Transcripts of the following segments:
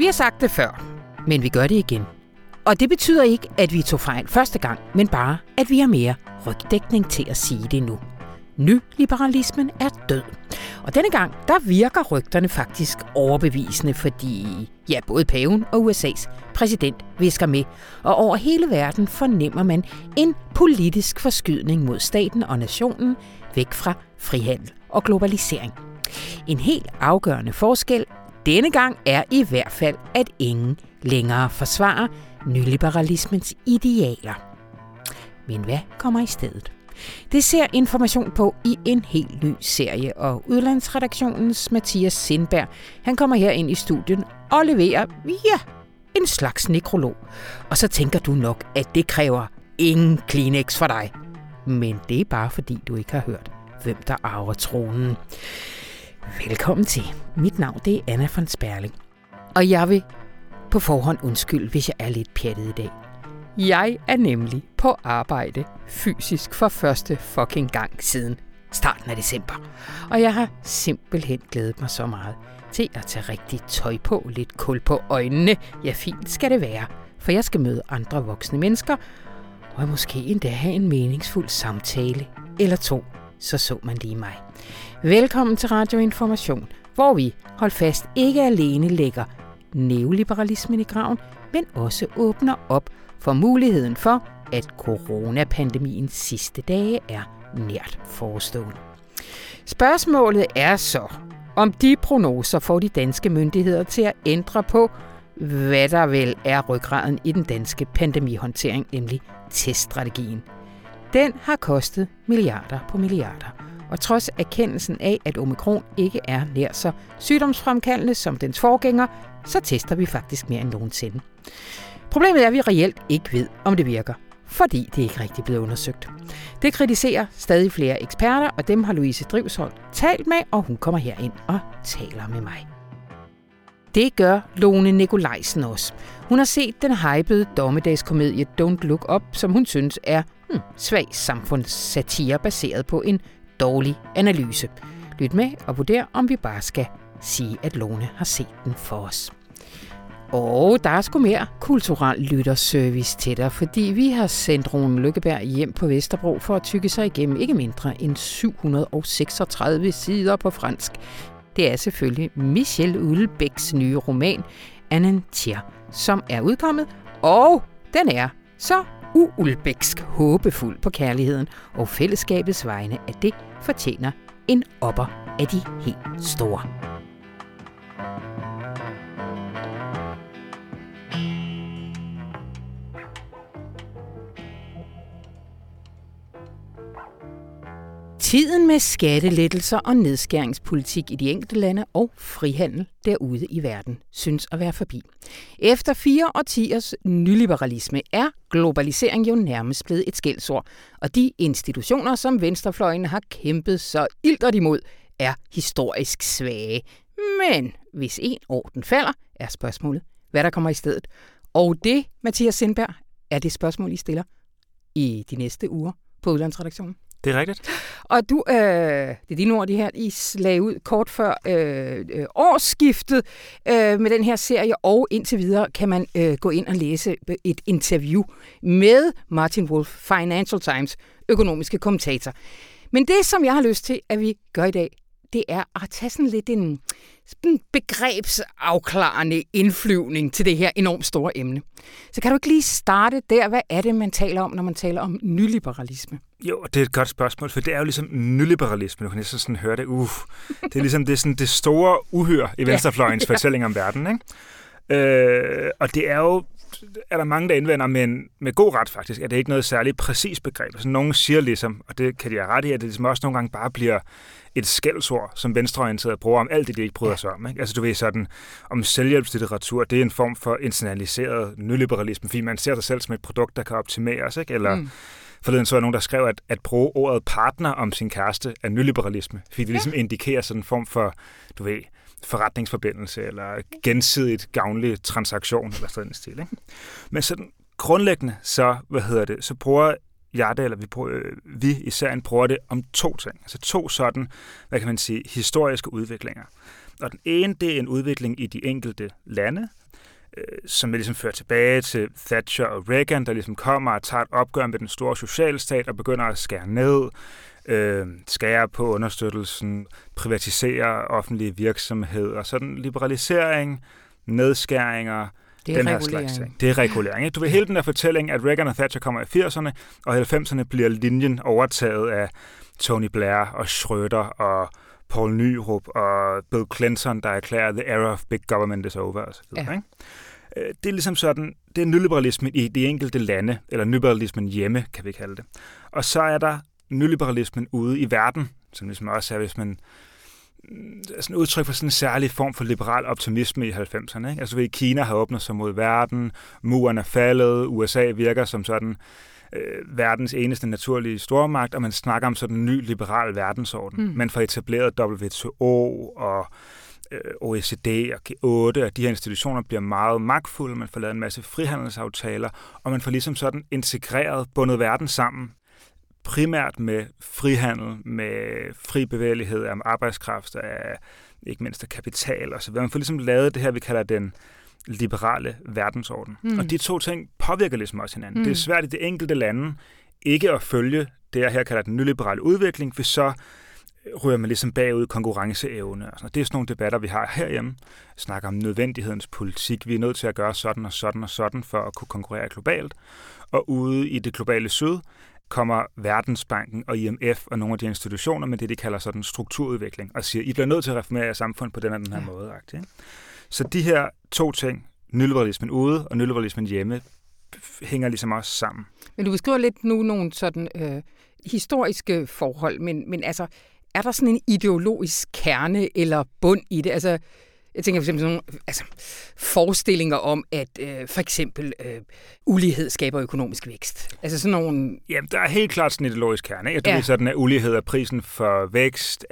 har sagt det før, men vi gør det igen. Og det betyder ikke, at vi tog fejl første gang, men bare, at vi har mere rygdækning til at sige det nu. Nyliberalismen er død. Og denne gang, der virker rygterne faktisk overbevisende, fordi både paven og USA's præsident visker med. Og over hele verden fornemmer man en politisk forskydning mod staten og nationen væk fra frihandel og globalisering. En helt afgørende forskel denne gang er i hvert fald, at ingen længere forsvarer nyliberalismens idealer. Men hvad kommer i stedet? Det ser Information på i en helt ny serie, og udlandsredaktionens Mathias Sindberg, han kommer her ind i studien og leverer, en slags nekrolog. Og så tænker du nok, at det kræver ingen Kleenex for dig. Men det er bare fordi, du ikke har hørt, hvem der arver tronen. Velkommen til. Mit navn det er Anna von Sperling. Og jeg vil på forhånd undskylde, hvis jeg er lidt pjattet i dag. Jeg er nemlig på arbejde fysisk for første fucking gang siden starten af december. Og jeg har simpelthen glædet mig så meget til at tage rigtig tøj på, lidt kul på øjnene. Ja, fint skal det være, for jeg skal møde andre voksne mennesker, og måske endda have en meningsfuld samtale eller to, så man lige mig. Velkommen til Radio Information, hvor vi, hold fast, ikke alene lægger neoliberalismen i graven, men også åbner op for muligheden for, at coronapandemiens sidste dage er nært forestående. Spørgsmålet er så, om de prognoser får de danske myndigheder til at ændre på, hvad der vel er ryggraden i den danske pandemihåndtering, nemlig teststrategien. Den har kostet milliarder på milliarder, og trods erkendelsen af, at omikron ikke er nær så sygdomsfremkaldende som dens forgænger, så tester vi faktisk mere end nogensinde. Problemet er, at vi reelt ikke ved, om det virker, fordi det ikke rigtig er blevet undersøgt. Det kritiserer stadig flere eksperter, og dem har Louise Drivsholt talt med, og hun kommer herind og taler med mig. Det gør Lone Nikolajsen også. Hun har set den hypede dommedagskomedie Don't Look Up, som hun synes er svag samfundssatire baseret på en dårlig analyse. Lyt med og vurder, om vi bare skal sige, at Lone har set den for os. Og der er sgu mere kulturel lytterservice til dig, fordi vi har sendt Rune Lykkeberg hjem på Vesterbro for at tykke sig igennem ikke mindre end 736 sider på fransk. Det er selvfølgelig Michel Houellebecqs nye roman, Anantir, som er udkommet, og den er så uhouellebecqsk håbefuld på kærligheden og fællesskabets vegne, at det fortjener en opper af de helt store. Tiden med skattelettelser og nedskæringspolitik i de enkelte lande og frihandel derude i verden synes at være forbi. Efter 4 årtiers nyliberalisme er globalisering jo nærmest blevet et skældsord, og de institutioner, som venstrefløjen har kæmpet så iltert imod, er historisk svage. Men hvis en orden falder, er spørgsmålet, hvad der kommer i stedet. Og det, Mathias Sindberg, er det spørgsmål, I stiller i de næste uger på Udlandsredaktionen. Det er rigtigt. Og du, det er dine ord, de her, I lagde ud kort før årsskiftet med den her serie, og indtil videre kan man gå ind og læse et interview med Martin Wolf, Financial Times økonomiske kommentator. Men det, som jeg har lyst til, at vi gør i dag, det er at tage sådan lidt en begrebsafklarende indflyvning til det her enormt store emne. Så kan du ikke lige starte der? Hvad er det, man taler om, når man taler om nyliberalisme? Jo, det er et godt spørgsmål, for det er jo ligesom nyliberalisme. Du kan næsten sådan høre det. Det er ligesom det store uhyre i venstrefløjens fortælling om verden, ikke? Og det er jo, er der mange, der indvender, men med god ret faktisk, at det ikke noget særligt præcis begreb. Altså, nogen siger ligesom, og det kan de have ret i, at det ligesom også nogle gange bare bliver et skældsord, som venstreorienterede bruger om alt det, de ikke bryder sig om. Ikke? Altså du ved sådan, om selvhjælpslitteratur, det er en form for internaliseret nyliberalisme, fordi man ser sig selv som et produkt, der kan optimeres. Ikke? Eller forleden så er nogen, der skrev, at bruge ordet partner om sin kæreste er nyliberalisme, fordi det ligesom indikerer sådan en form for, du ved, forretningsforbindelse eller gensidigt gavnlig transaktion eller sådan en stil. Ikke? Men sådan grundlæggende, så, så bruger jeg det, eller vi i serien bruger det om 2 ting. Altså 2 sådan, hvad kan man sige, historiske udviklinger. Og den ene, det er en udvikling i de enkelte lande, som ligesom fører tilbage til Thatcher og Reagan, der ligesom kommer og tager et opgør med den store socialstat og begynder at skære ned, skære på understøttelsen, privatisere offentlige virksomheder, sådan liberalisering, nedskæringer, den her slags ting. Det er regulering. Du vil hele den der fortælling, at Reagan og Thatcher kommer i 80'erne, og i 90'erne bliver linjen overtaget af Tony Blair og Schröder og Poul Nyrup og Bill Clinton, der erklærer the era of big government is over. Og så videre, ikke? Det er ligesom sådan, det er nyliberalismen i de enkelte lande, eller nyliberalismen hjemme, kan vi kalde det. Og så er der nyliberalismen ude i verden, som ligesom også er, hvis man sådan udtryk for sådan en særlig form for liberal optimisme i 90'erne. Ikke? Altså Kina har åbnet sig mod verden, muren er faldet, USA virker som sådan verdens eneste naturlige stormagt, og man snakker om sådan en ny liberal verdensorden. Man får etableret WTO og OECD og G8, og de her institutioner bliver meget magtfulde, man får lavet en masse frihandelsaftaler, og man får ligesom sådan integreret, bundet verden sammen, primært med frihandel, med fri bevægelighed af arbejdskraft, af ikke mindst af kapital osv. Man får ligesom lavet det her, vi kalder den liberale verdensorden. Og de to ting påvirker ligesom også hinanden. Det er svært i de enkelte lande ikke at følge det, jeg her kalder den nyliberale udvikling, for så ryger man ligesom bagud konkurrenceevne. Og det er sådan nogle debatter, vi har herhjemme. Vi snakker om nødvendighedens politik. Vi er nødt til at gøre sådan og sådan og sådan for at kunne konkurrere globalt. Og ude i det globale syd kommer Verdensbanken og IMF og nogle af de institutioner med det, de kalder sådan strukturudvikling, og siger, I bliver nødt til at reformere jeres samfund på den her måde. Ikke? Så de her to ting, nyliberalismen ude og nyliberalismen hjemme, hænger ligesom også sammen. Men du beskriver lidt nu nogle sådan historiske forhold, men altså, er der sådan en ideologisk kerne eller bund i det? Altså, jeg tænker for eksempel sådan nogle forestillinger om, at for eksempel ulighed skaber økonomisk vækst. Altså sådan nogle... Jamen, der er helt klart sådan en ideologisk kerne. Ikke? Det er sådan, at ulighed er prisen for vækst,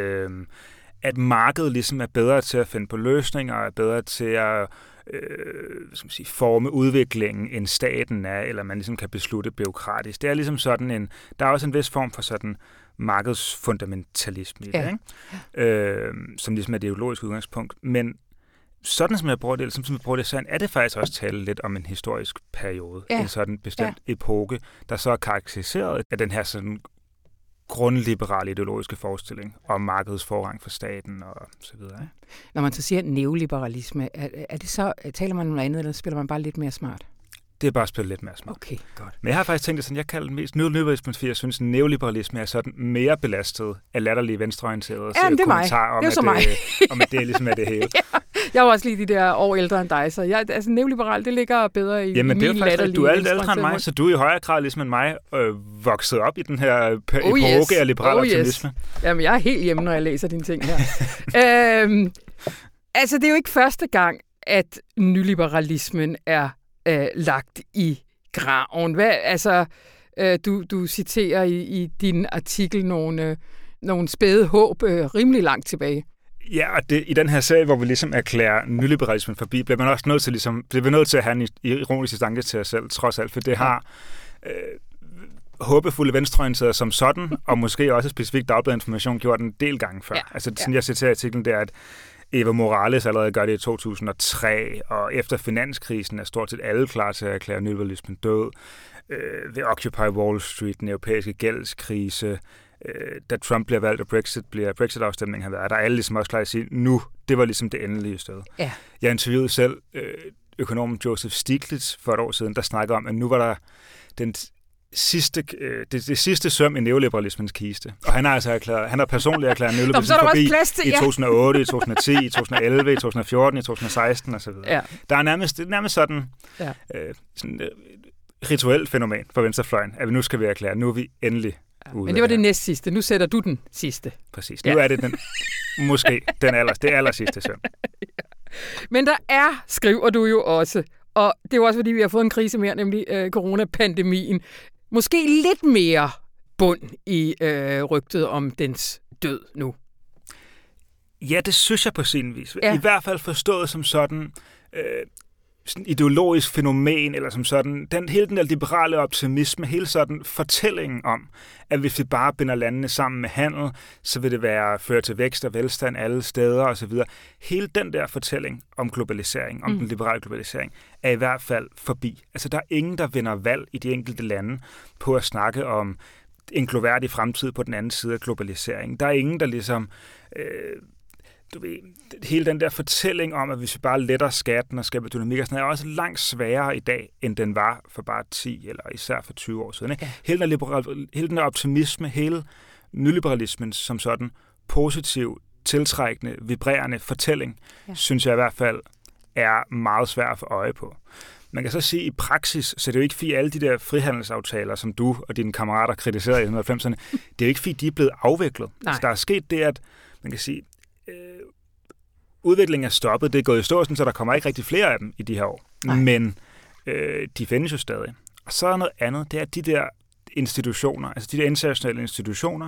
at markedet ligesom er bedre til at finde på løsninger, er bedre til at forme udviklingen, end staten er, eller man ligesom kan beslutte bureaukratisk. Det er ligesom sådan der er også en vis form for sådan markedsfundamentalisme i det, ikke? Som ligesom er det ideologiske udgangspunkt. Men sådan som jeg bruger det, sådan er det faktisk også tale lidt om en historisk periode, en sådan bestemt epoke, der så er karakteriseret af den her sådan grundliberale ideologiske forestilling om markedets forrang for staten og så videre. Ikke? Når man så siger neoliberalisme, er det så, taler man om noget andet, eller spiller man bare lidt mere smart? Det er bare at spille lidt mere smart. Okay, godt. Men jeg har faktisk tænkt det sådan, jeg kalder det mest nyliberalisme, fordi jeg synes, at neoliberalisme er sådan mere belastet af latterlige venstreorienterede kommentarer om, at det ligesom er det hele. Jeg var også lige de der år ældre end dig, så altså neoliberal, det ligger bedre i min latterlige. Du er lidt ældre end mig, så du er i højere grad ligesom end mig vokset op i den her epoke af liberal optimisme. Jamen, jeg er helt hjemme, når jeg læser dine ting her. Altså, det er jo ikke første gang, at nyliberalismen er lagt i graven. Du citerer i din artikel nogle spæde håb rimelig langt tilbage. Ja, og i den her sag, hvor vi ligesom erklærer nyliberalismen forbi, bliver man også nødt til at have en ironisk distance til os selv, trods alt, for det har håbefulde venstreorienterede som sådan, og måske også specifikt Dagbladet Information gjort en del gange før. Sådan jeg citerer artiklen, det er, at Evo Morales allerede gør det i 2003, og efter finanskrisen er stort set alle klar til at erklære nyliberalismen død. Ved Occupy Wall Street, den europæiske gældskrise, da Trump bliver valgt, og Brexit-afstemningen har været, der er alle ligesom også klar til at sige, nu, det var ligesom det endelige sted. Ja. Jeg interviewede selv økonomen Joseph Stiglitz for et år siden, der snakkede om, at nu var der det sidste søm i neoliberalismens kiste. Og han har personligt erklæret neoliberalismen forbi i 2008, i 2010, i 2011, i 2014, i 2016 osv. Ja. Der er nærmest sådan et rituelt fænomen for venstrefløjen, at nu skal vi erklære, nu er vi endelig ude. Men det var det næst sidste. Nu sætter du den sidste. Præcis. Nu er det det aller sidste søm. Men der er, skriver du jo også, og det er jo også, fordi vi har fået en krise mere, nemlig coronapandemien. Måske lidt mere bund i rygtet om dens død nu. Ja, det synes jeg på sin vis. Ja. I hvert fald forstået som sådan, sådan ideologisk fænomen, eller som sådan, hele den der liberale optimisme, hele sådan fortællingen om, at hvis vi bare binder landene sammen med handel, så vil det føre til vækst og velstand alle steder osv. Hele den der fortælling om globalisering, om den liberale globalisering, er i hvert fald forbi. Altså, der er ingen, der vinder valg i de enkelte lande på at snakke om en gloværdig fremtid på den anden side af globalisering. Der er ingen, der ligesom... hele den der fortælling om, at hvis vi bare letter skatten og skaber dynamik og sådan noget, er også langt sværere i dag, end den var for bare 10 eller især for 20 år siden. Ikke? Ja. Hele den der optimisme, hele nyliberalismen som sådan positiv, tiltrækkende, vibrerende fortælling, synes jeg i hvert fald er meget svært at få øje på. Man kan så sige, at i praksis, så det er jo ikke fordi alle de der frihandelsaftaler, som du og dine kammerater kritiserede i 1990'erne, det er jo ikke fordi, de er blevet afviklet. Så der er sket det, at man kan sige, udviklingen er stoppet. Det er gået i stå, så der kommer ikke rigtig flere af dem i de her år. Nej. Men de findes jo stadig. Og så er noget andet, det er de der institutioner, altså de der internationale institutioner,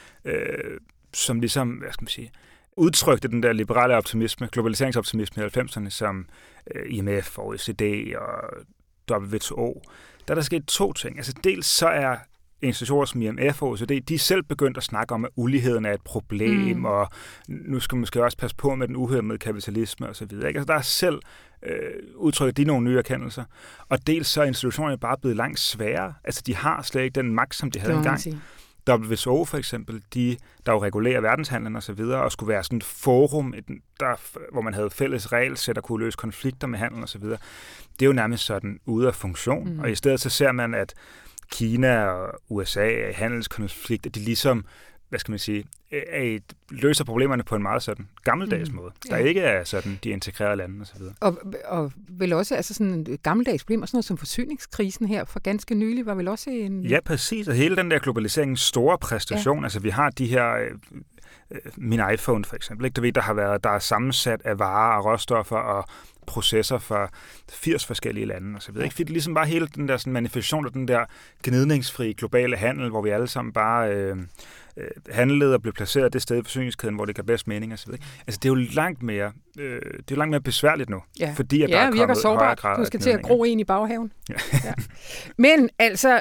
som ligesom, hvad skal man sige, udtrykte den der liberale optimisme, globaliseringsoptimisme i 90'erne, som IMF, OECD og WTO. Der er der sket 2 ting. Altså dels så er institutioner som IMF og OECD, de er selv begyndt at snakke om, at uligheden er et problem, og nu skal man måske også passe på med den uhæmmede kapitalisme osv. Altså, der er selv udtrykket de nogle nye erkendelser. Og dels så er institutionerne bare blevet langt sværere. Altså, de har slet ikke den magt, som de havde engang. WTO for eksempel, der jo regulerer verdenshandlen og så videre, og skulle være sådan et forum, hvor man havde fælles regelsæt og kunne løse konflikter med handel og så videre. Det er jo nærmest sådan ude af funktion. Og i stedet så ser man, at Kina og USA er i handelskonflikt, at de ligesom, hvad skal man sige, løser problemerne på en meget sådan gammeldags måde. Der ikke er sådan de integrerede lande og så videre. Og vel også altså sådan gammeldags problemer, sådan noget som forsyningskrisen her for ganske nylig, var vel også en... Ja, præcis. Og hele den der globaliseringens store præstation, altså vi har de her... min iPhone for eksempel, ikke? Du ved, der er sammensat af varer og råstoffer og processer for 80 forskellige lande og så videre. Ikke? Fordi det ligesom bare hele den der sådan manifestation af den der gnidningsfri globale handel, hvor vi alle sammen bare handlede og blev placeret det sted i forsyningskæden, hvor det gav bedst mening og så videre. Altså det er jo langt mere besværligt nu, fordi at der er kommet højere grad. Du skal til at gro en i baghaven. Ja. Men altså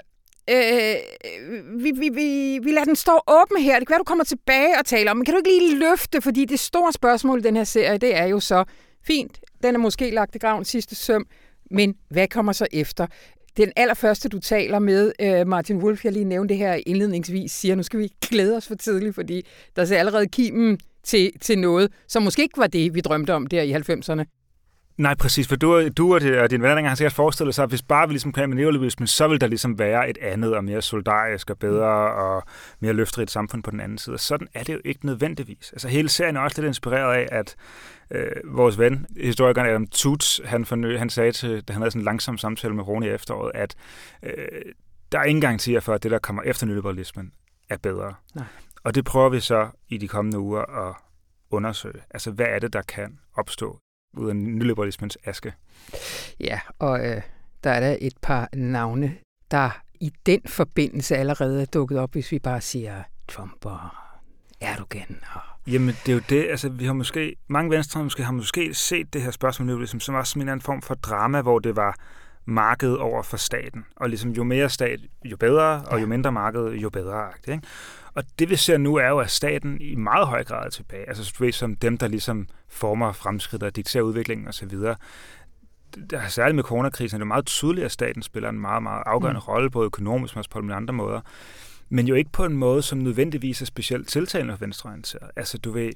vi lader den stå åben her. Det kan være, du kommer tilbage og taler om, men kan du ikke lige løfte, fordi det store spørgsmål i den her serie, det er jo så fint. Den er måske lagt i graven sidste søm, men hvad kommer så efter? Den allerførste, du taler med, Martin Wolf, jeg lige nævnte det her indledningsvis, siger, nu skal vi glæde os for tidligt, fordi der er allerede kimen til noget, som måske ikke var det, vi drømte om der i 90'erne. Nej, præcis, for du og dine venner har sikkert forestillet sig, at hvis bare vi ligesom kan med neoliberalismen, så vil der ligesom være et andet og mere solidarisk og bedre og mere løfterigt samfund på den anden side. Sådan er det jo ikke nødvendigvis. Altså hele serien er også lidt inspireret af, at vores ven, historikeren Adam Toots, han sagde til, da han havde sådan en langsom samtale med Rune i efteråret, at der er ingen garantier for, at det, der kommer efter nyliberalismen, er bedre. Nej. Og det prøver vi så i de kommende uger at undersøge. Altså, hvad er det, der kan opstå ud af nyliberalismens aske? Ja, og der er der et par navne, der i den forbindelse allerede er dukket op, hvis vi bare siger Trump og Erdogan. Jamen, det er jo det. Altså, vi har måske, mange venstre har måske set det her spørgsmål nu, ligesom, som også som en anden form for drama, hvor det var markedet over for staten. Og ligesom, jo mere stat, jo bedre, og jo mindre marked, jo bedre. Ikke? Og det vi ser nu er jo, at staten i meget høj grad er tilbage. Altså du ved, som dem, der ligesom former fremskridt og dikterer udviklingen osv. Der er særligt med coronakrisen, det er meget tydeligt, at staten spiller en meget, meget afgørende rolle, både økonomisk, men også på nogle andre måder. Men jo ikke på en måde, som nødvendigvis er specielt tiltalende for venstreorienteret. Altså du ved,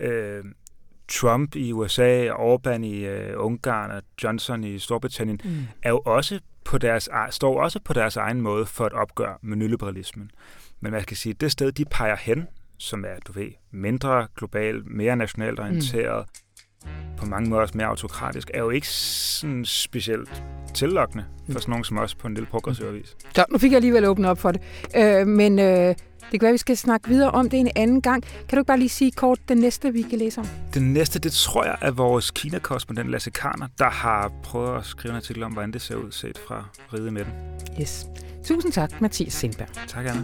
Trump i USA, Orbán i Ungarn og Johnson i Storbritannien er jo også står også på deres egen måde for et opgør med nyliberalismen. Men man kan sige, at det sted, de peger hen, som er, du ved, mindre globalt, mere nationalt orienteret, på mange måder også mere autokratisk, er jo ikke sådan specielt tillokkende for sådan nogen som os på en lille progressiv avis. Så nu fik jeg alligevel åbnet op for det. Men det kan være, vi skal snakke videre om det en anden gang. Kan du ikke bare lige sige kort den næste, vi kan læse om? Den næste, det tror jeg er vores Kina-korrespondent Lasse Karner, der har prøvet at skrive en artikel om, hvordan det ser ud set fra Riget i midten. Yes. Tusind tak, Mathias Sindberg. Tak, Anna.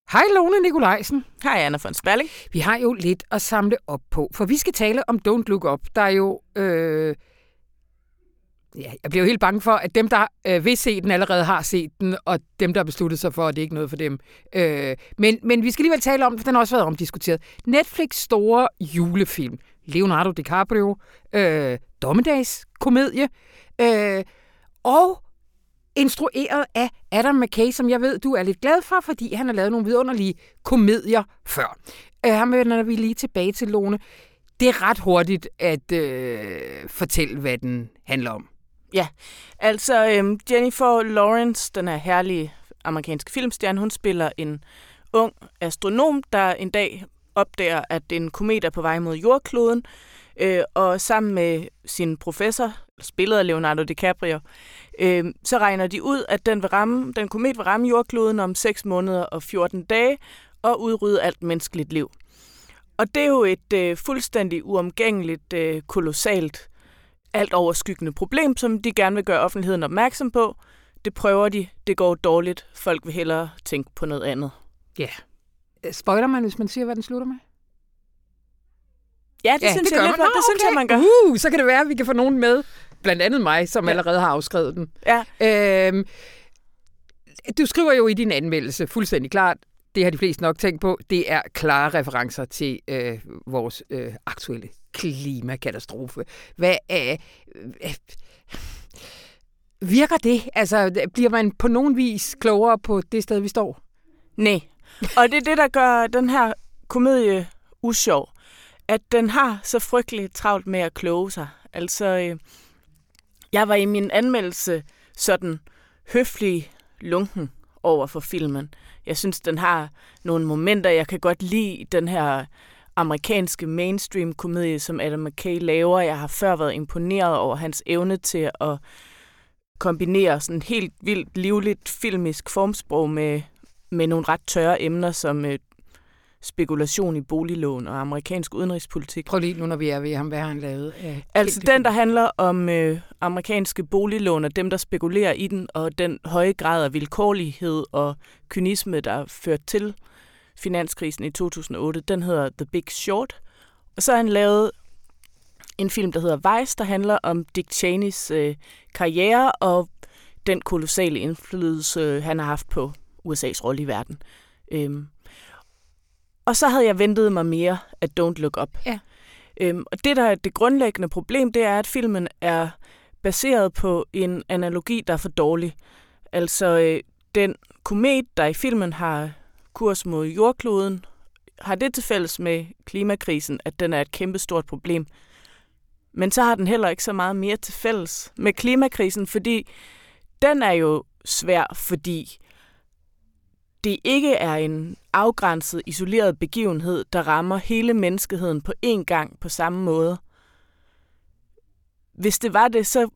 Hej Lone Nikolajsen. Hej Anna von Sperling. Vi har jo lidt at samle op på, for vi skal tale om Don't Look Up. Der er jo... jeg bliver jo helt bange for, at dem, der vil se den, allerede har set den, og dem, der har besluttet sig for, at det ikke er noget for dem. Men vi skal alligevel tale om, for den har også været omdiskuteret. Netflix store julefilm. Leonardo DiCaprio. Dommedagskomedie. Og instrueret af Adam McKay, som jeg ved, du er lidt glad for, fordi han har lavet nogle vidunderlige komedier før. Ham vender vi lige tilbage til, Lone. Det er ret hurtigt at fortælle, hvad den handler om. Ja, altså Jennifer Lawrence, den her herlige amerikanske filmstjerne, hun spiller en ung astronom, der en dag opdager, at en komet er på vej mod jordkloden, og sammen med sin professor, spillet af Leonardo DiCaprio, så regner de ud, at den komet vil ramme jordkloden om 6 måneder og 14 dage og udrydde alt menneskeligt liv. Og det er jo et fuldstændig uomgængeligt, kolossalt, alt overskyggende problem, som de gerne vil gøre offentligheden opmærksom på. Det prøver de, det går dårligt, folk vil hellere tænke på noget andet. Ja. Spoiler man, hvis man siger, hvad den slutter med? Ja, det synes jeg lidt, det synes jeg, man gør. Så kan det være, at vi kan få nogen med, blandt andet mig, som allerede har afskrevet den. Ja. Du skriver jo i din anmeldelse fuldstændig klart, det har de fleste nok tænkt på, det er klare referencer til vores aktuelle klimakatastrofe. Hvad virker det? Altså, bliver man på nogen vis klogere på det sted, vi står? Nej. Og det er det, der gør den her komedie usjov, at den har så frygteligt travlt med at kloge sig. Altså, jeg var i min anmeldelse sådan høflig lunken over for filmen. Jeg synes, den har nogle momenter. Jeg kan godt lide den her amerikanske mainstream-komedie, som Adam McKay laver. Jeg har før været imponeret over hans evne til at kombinere sådan helt vildt livligt filmisk formsprog med nogle ret tørre emner, som spekulation i boliglån og amerikansk udenrigspolitik. Prøv lige nu, når vi er ved ham, hvad har han lavet? Altså den, der handler om amerikanske boliglån og dem, der spekulerer i den, og den høje grad af vilkårlighed og kynisme, der førte til finanskrisen i 2008, den hedder The Big Short. Og så har han lavet en film, der hedder Vice, der handler om Dick Cheneys karriere og den kolossale indflydelse, han har haft på USA's rolle i verden. Og så havde jeg ventet mig mere af Don't Look Up. Ja. Og det, der er det grundlæggende problem, det er, at filmen er baseret på en analogi, der er for dårlig. Altså, den komet, der i filmen har kurs mod jordkloden, har det til fælles med klimakrisen, at den er et kæmpestort problem. Men så har den heller ikke så meget mere til fælles med klimakrisen, fordi den er jo svær, fordi det ikke er en afgrænset, isoleret begivenhed, der rammer hele menneskeheden på én gang på samme måde. Hvis det var det, så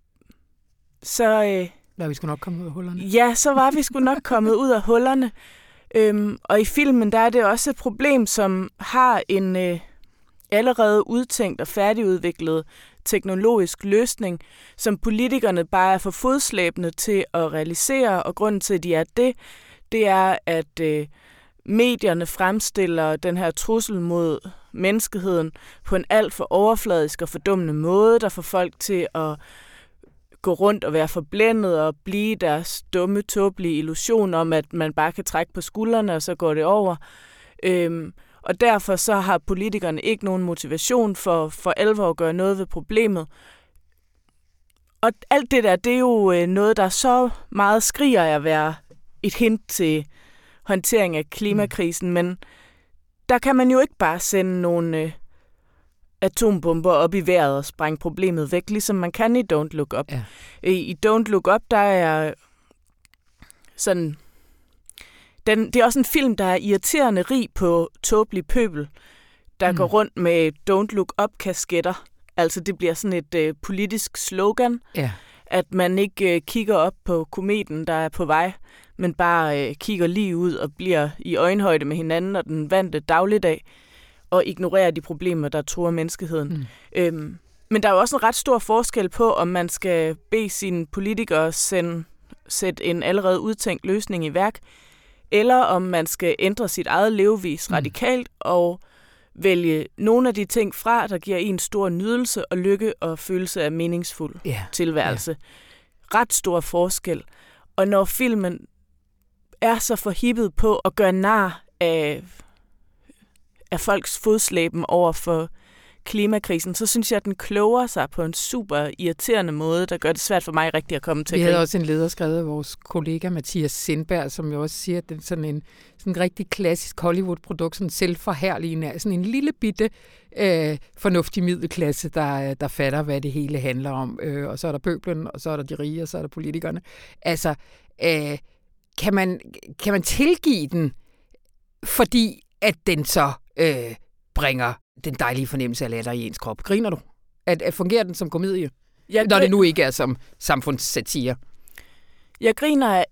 var vi sgu nok kommet ud af hullerne. Ja, så var vi sgu nok kommet ud af hullerne. Og i filmen, der er det også et problem, som har en allerede udtænkt og færdigudviklet teknologisk løsning, som politikerne bare er for fodslæbende til at realisere, og grunden til, at de er det er, at medierne fremstiller den her trussel mod menneskeheden på en alt for overfladisk og fordummende måde, der får folk til at gå rundt og være forblændet og blive deres dumme, tåbelige illusion om, at man bare kan trække på skuldrene, og så går det over. Og derfor så har politikerne ikke nogen motivation for alvor at gøre noget ved problemet. Og alt det der, det er jo noget, der så meget skriger af at være et hint til håndtering af klimakrisen, men der kan man jo ikke bare sende nogle atombomber op i vejret og sprænge problemet væk, ligesom man kan i Don't Look Up. Ja. I Don't Look Up, der er sådan... det er også en film, der er irriterende rig på tåbelig pøbel, der går rundt med Don't Look Up-kasketter. Altså det bliver sådan et politisk slogan, at man ikke kigger op på kometen, der er på vej, men bare kigger lige ud og bliver i øjenhøjde med hinanden og den vante dagligdag, og ignorerer de problemer, der truer menneskeheden. Men der er jo også en ret stor forskel på, om man skal bede sine politikere sætte en allerede udtænkt løsning i værk, eller om man skal ændre sit eget levevis radikalt og vælge nogle af de ting fra, der giver en stor nydelse og lykke og følelse af meningsfuld tilværelse. Ret stor forskel. Og når filmen er så forhippet på at gøre nar af folks fodslæben over for klimakrisen, så synes jeg, at den kloger sig på en super irriterende måde, der gør det svært for mig rigtig at komme til. Vi havde også en leder skrevet af vores kollega Mathias Sindberg, som jo også siger, at det er sådan en rigtig klassisk Hollywood-produkt, sådan selvforherligende, sådan en lille bitte fornuftig middelklasse, der fatter, hvad det hele handler om. Og så er der pøblen, og så er der de rige, og så er der politikerne. Altså, kan man tilgive den, fordi at den så bringer den dejlige fornemmelse af latter i ens krop? Griner du? At fungerer den som komedie? Når det nu ikke er som samfundssatire. Jeg griner af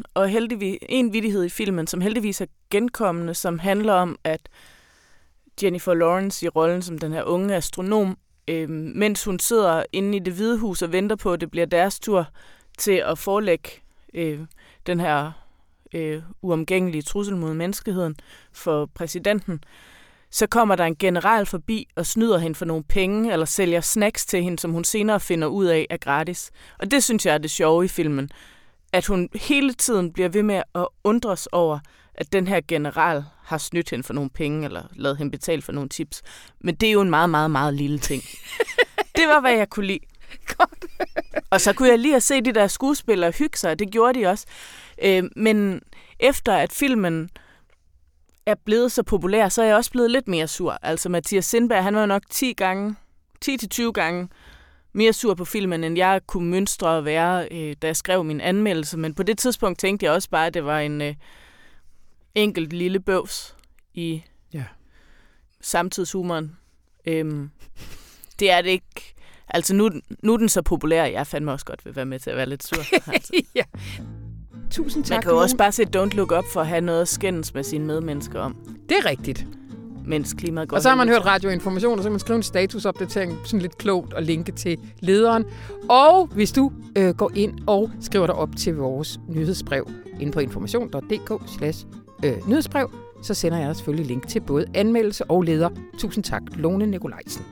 en vittighed i filmen, som heldigvis er genkommende, som handler om, at Jennifer Lawrence i rollen som den her unge astronom, mens hun sidder inde i Det Hvide Hus og venter på, at det bliver deres tur til at forelægge den her uomgængelige trussel mod menneskeheden for præsidenten, så kommer der en general forbi og snyder hende for nogle penge, eller sælger snacks til hende, som hun senere finder ud af er gratis. Og det synes jeg er det sjove i filmen, at hun hele tiden bliver ved med at undres over, at den her general har snydt hende for nogle penge, eller lavet hende betale for nogle tips. Men det er jo en meget, meget, meget lille ting. Det var, hvad jeg kunne lide. Godt. Og så kunne jeg lige at se de der skuespillere hygge sig, det gjorde de også. Men efter at filmen er blevet så populær, så er jeg også blevet lidt mere sur. Altså Mathias Sindberg, han var jo nok 10-20 gange mere sur på filmen, end jeg kunne mønstre at være, da jeg skrev min anmeldelse. Men på det tidspunkt tænkte jeg også bare, at det var en enkelt lille bøvs i samtidshumoren. Det er det ikke. Altså nu er den så populær, jeg fandme også godt vil være med til at være lidt sur. Altså. Ja. Tusind tak. Man kan jo også bare se Don't Look Up for at have noget at skændes med sine medmennesker om. Det er rigtigt. Mens klimaet går. Og så har man hørt radioinformation, og så kan man skrive en statusopdatering, sådan lidt klogt, og linke til lederen. Og hvis du går ind og skriver dig op til vores nyhedsbrev inde på information.dk/nyhedsbrev, så sender jeg selvfølgelig link til både anmeldelse og leder. Tusind tak, Lone Nikolajsen.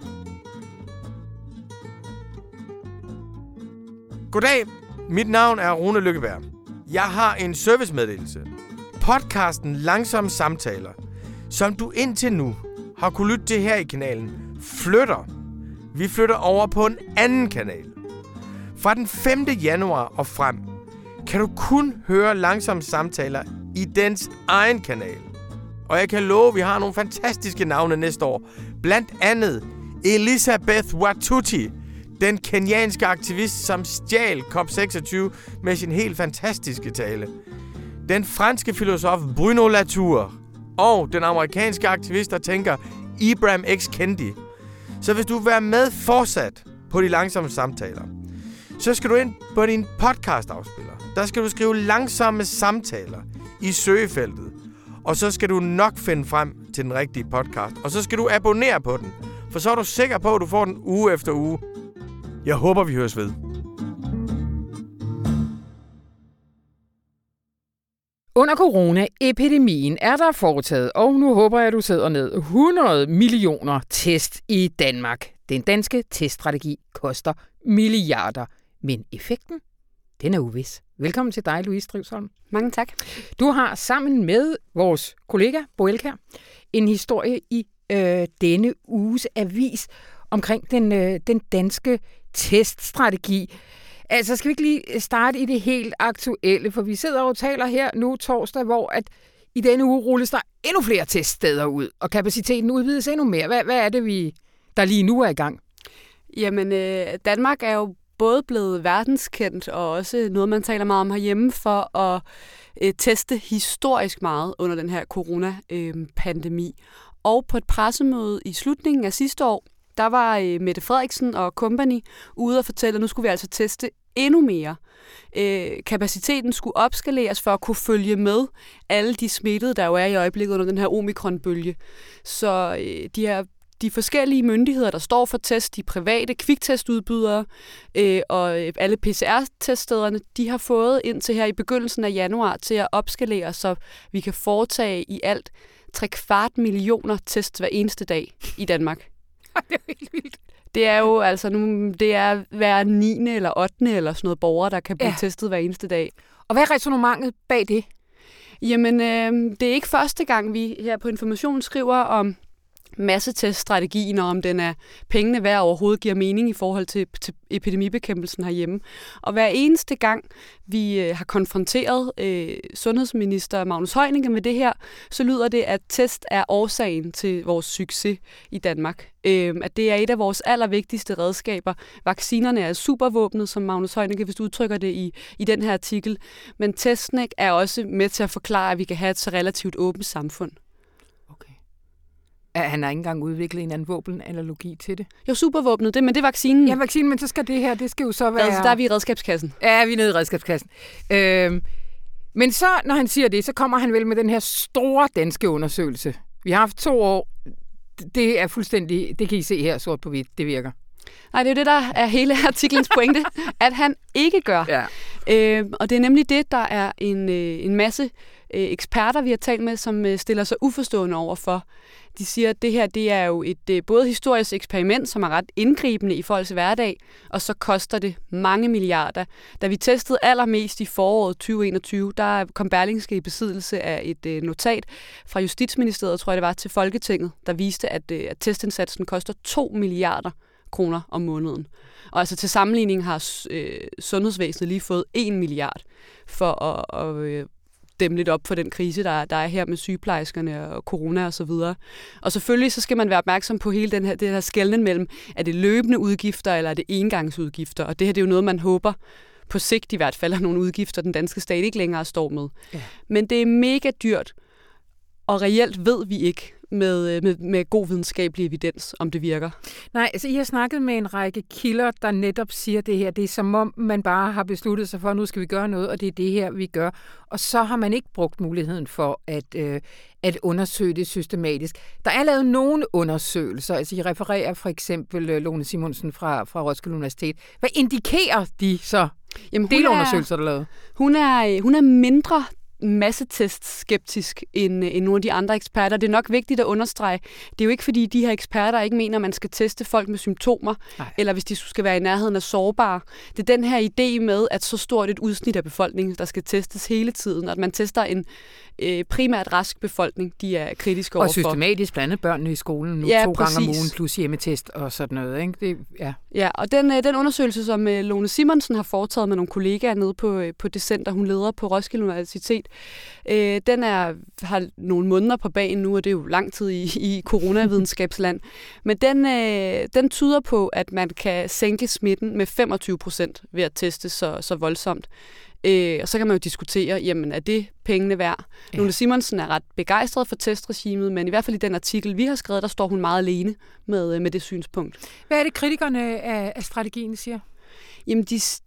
Goddag, mit navn er Rune Lykkeberg. Jeg har en servicemeddelelse. Podcasten Langsomme Samtaler, som du indtil nu har kunne lytte til her i kanalen, flytter. Vi flytter over på en anden kanal. Fra den 5. januar og frem kan du kun høre Langsomme Samtaler i dens egen kanal. Og jeg kan love, at vi har nogle fantastiske navne næste år. Blandt andet Elisabeth Watuti, den kenyanske aktivist, som stjal COP26 med sin helt fantastiske tale. Den franske filosof Bruno Latour. Og den amerikanske aktivist, der tænker Ibram X. Kendi. Så hvis du vil være med fortsat på de langsomme samtaler, så skal du ind på din podcast-afspiller. Der skal du skrive langsomme samtaler i søgefeltet. Og så skal du nok finde frem til den rigtige podcast. Og så skal du abonnere på den. For så er du sikker på, at du får den uge efter uge. Jeg håber, vi høres ved. Under coronaepidemien er der foretaget, og nu håber jeg, at du sidder ned, 100 millioner test i Danmark. Den danske teststrategi koster milliarder, men effekten, den er uvis. Velkommen til dig, Louise Drivsholm. Mange tak. Du har sammen med vores kollega Bo Elkjær en historie i denne uges avis omkring den danske teststrategi. Altså, skal vi ikke lige starte i det helt aktuelle, for vi sidder og taler her nu torsdag, hvor at i denne uge rulles der endnu flere teststeder ud, og kapaciteten udvides endnu mere. Hvad er det, der lige nu er i gang? Jamen, Danmark er jo både blevet verdenskendt, og også noget, man taler meget om herhjemme, for at teste historisk meget under den her coronapandemi. Og på et pressemøde i slutningen af sidste år, der var Mette Frederiksen og company ude og fortælle, at nu skulle vi altså teste endnu mere. Kapaciteten skulle opskaleres for at kunne følge med alle de smittede, der jo er i øjeblikket under den her omikronbølge. Så de her de forskellige myndigheder, der står for test, de private kviktestudbydere og alle PCR-teststederne, de har fået indtil her i begyndelsen af januar til at opskalere, så vi kan foretage i alt 3/4 millioner tests hver eneste dag i Danmark. Det er helt vildt. Det er jo altså nu, det er hver 9. eller 8. eller sådan noget borgere, der kan blive testet hver eneste dag. Og hvad er ræsonnementet bag det? Jamen, det er ikke første gang, vi her på Information skriver om masseteststrategien, og om den er pengene værd overhovedet giver mening i forhold til epidemibekæmpelsen herhjemme. Og hver eneste gang, vi har konfronteret sundhedsminister Magnus Heunicke med det her, så lyder det, at test er årsagen til vores succes i Danmark. At det er et af vores allervigtigste redskaber. Vaccinerne er supervåbnet, som Magnus Heunicke vist udtrykker det i den her artikel. Men testene er også med til at forklare, at vi kan have et så relativt åbent samfund. Han har ikke engang udviklet en anden våbenanalogi til det. Jo, supervåbnet, men det er vaccinen. Ja, vaccinen, men så skal det her, det skal jo så være... Altså, der er vi i redskabskassen. Ja, vi er nede i redskabskassen. Men så, når han siger det, så kommer han vel med den her store danske undersøgelse. Vi har haft 2 år. Det er fuldstændig, det kan I se her sort på hvidt, det virker. Nej, det er jo det, der er hele artiklens pointe, at han ikke gør. Ja. Og det er nemlig det, der er en masse eksperter, vi har talt med, som stiller sig uforstående over for. De siger, at det her det er jo et både historisk eksperiment, som er ret indgribende i folks hverdag, og så koster det mange milliarder. Da vi testede allermest i foråret 2021, der kom Berlingske i besiddelse af et notat fra Justitsministeriet, tror jeg det var, til Folketinget, der viste, at testindsatsen koster 2 milliarder kroner om måneden. Og altså til sammenligning har sundhedsvæsenet lige fået 1 milliard for at dæmme lidt op for den krise, der er her med sygeplejerskerne og corona og så videre. Og selvfølgelig så skal man være opmærksom på hele det her skelnen mellem, er det løbende udgifter, eller er det engangsudgifter? Og det her det er jo noget, man håber på sigt i hvert fald, er nogle udgifter, den danske stat ikke længere står med. Ja. Men det er mega dyrt, og reelt ved vi ikke med god videnskabelig evidens, om det virker. Nej, altså I har snakket med en række kilder, der netop siger det her. Det er som om, man bare har besluttet sig for, at nu skal vi gøre noget, og det er det her, vi gør. Og så har man ikke brugt muligheden for at undersøge det systematisk. Der er lavet nogle undersøgelser. Altså I refererer for eksempel Lone Simonsen fra Roskilde Universitet. Hvad indikerer de så? Jamen, delundersøgelser, der er lavet? Hun er mindre massetest-skeptisk end nogle af de andre eksperter. Det er nok vigtigt at understrege. Det er jo ikke, fordi de her eksperter ikke mener, at man skal teste folk med symptomer, eller hvis de skal være i nærheden af sårbare. Det er den her idé med, at så stort et udsnit af befolkningen, der skal testes hele tiden, og at man tester en primært rask befolkning, de er kritiske overfor. Og systematisk blandet børnene i skolen nu 2 gange om ugen plus hjemmetest og sådan noget. Ikke? Ja, og den undersøgelse, som Lone Simonsen har foretaget med nogle kollegaer nede på det center, hun leder på Roskilde Universitet, den har nogle måneder på bagen nu, og det er jo lang tid i coronavidenskabsland. Men den tyder på, at man kan sænke smitten med 25% ved at teste så voldsomt. Og så kan man jo diskutere, jamen er det pengene værd? Ja. Lone Simonsen er ret begejstret for testregimet, men i hvert fald i den artikel, vi har skrevet, der står hun meget alene med det synspunkt. Hvad er det, kritikerne af strategien siger? Jamen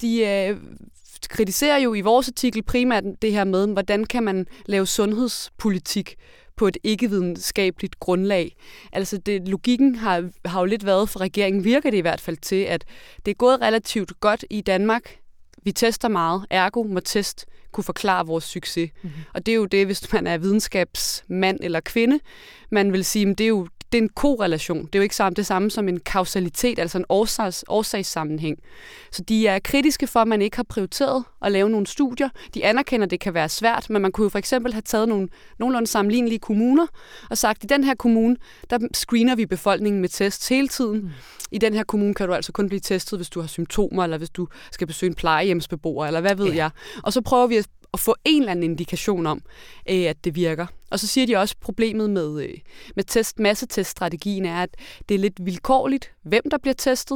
de kritiserer jo i vores artikel primært det her med, hvordan kan man lave sundhedspolitik på et ikke-videnskabeligt grundlag. Altså logikken har jo lidt været for regeringen, virker det i hvert fald til, at det er gået relativt godt i Danmark. Vi tester meget, ergo må test kunne forklare vores succes. Mm-hmm. Og det er jo det, hvis man er videnskabsmand eller kvinde, man vil sige, at det er en korrelation. Det er jo ikke det samme som en kausalitet, altså en årsagssammenhæng. Så de er kritiske for, at man ikke har prioriteret at lave nogle studier. De anerkender, at det kan være svært, men man kunne jo for eksempel have taget nogle nogenlunde sammenlignelige kommuner og sagt, at i den her kommune, der screener vi befolkningen med tests hele tiden. Mm. I den her kommune kan du altså kun blive testet, hvis du har symptomer, eller hvis du skal besøge en plejehjemsbeboer, eller hvad ved jeg. Og så prøver vi at få en eller anden indikation om, at det virker. Og så siger de også, at problemet med masseteststrategien er, at det er lidt vilkårligt, hvem der bliver testet.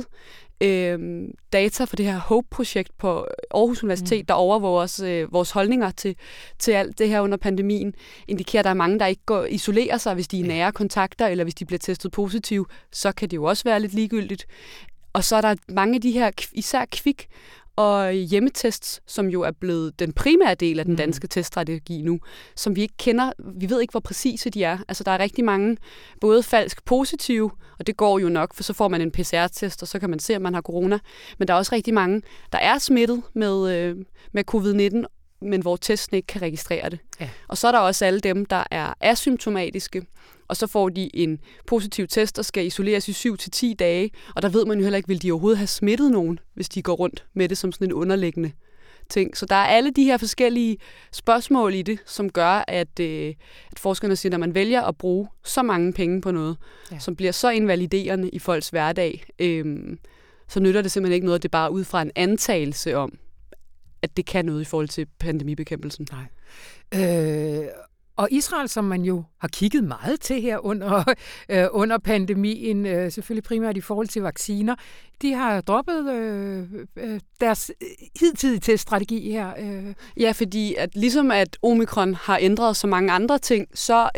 Data for det her HOPE-projekt på Aarhus Universitet, der overvåger vores holdninger til alt det her under pandemien, indikerer, at der er mange, der ikke isolerer sig, hvis de er nære kontakter, eller hvis de bliver testet positiv, så kan det jo også være lidt ligegyldigt. Og så er der mange af de her, især kvik og hjemmetests, som jo er blevet den primære del af den danske teststrategi nu, som vi ikke kender. Vi ved ikke, hvor præcise de er. Altså, der er rigtig mange, både falsk positive, og det går jo nok, for så får man en PCR-test, og så kan man se, om man har corona. Men der er også rigtig mange, der er smittet med covid-19, men hvor testen ikke kan registrere det. Ja. Og så er der også alle dem, der er asymptomatiske, og så får de en positiv test og skal isoleres i 7 til 10 dage, og der ved man jo heller ikke, vil de overhovedet have smittet nogen, hvis de går rundt med det som sådan en underliggende ting. Så der er alle de her forskellige spørgsmål i det, som gør, at forskerne siger, at når man vælger at bruge så mange penge på noget, som bliver så invaliderende i folks hverdag, så nytter det simpelthen ikke noget, at det bare er ud fra en antagelse om, at det kan noget i forhold til pandemibekæmpelsen. Nej. Og Israel, som man jo har kigget meget til her under pandemien, selvfølgelig primært i forhold til vacciner, de har droppet deres hidtidige teststrategi her. Ja, fordi at ligesom at omikron har ændret så mange andre ting, så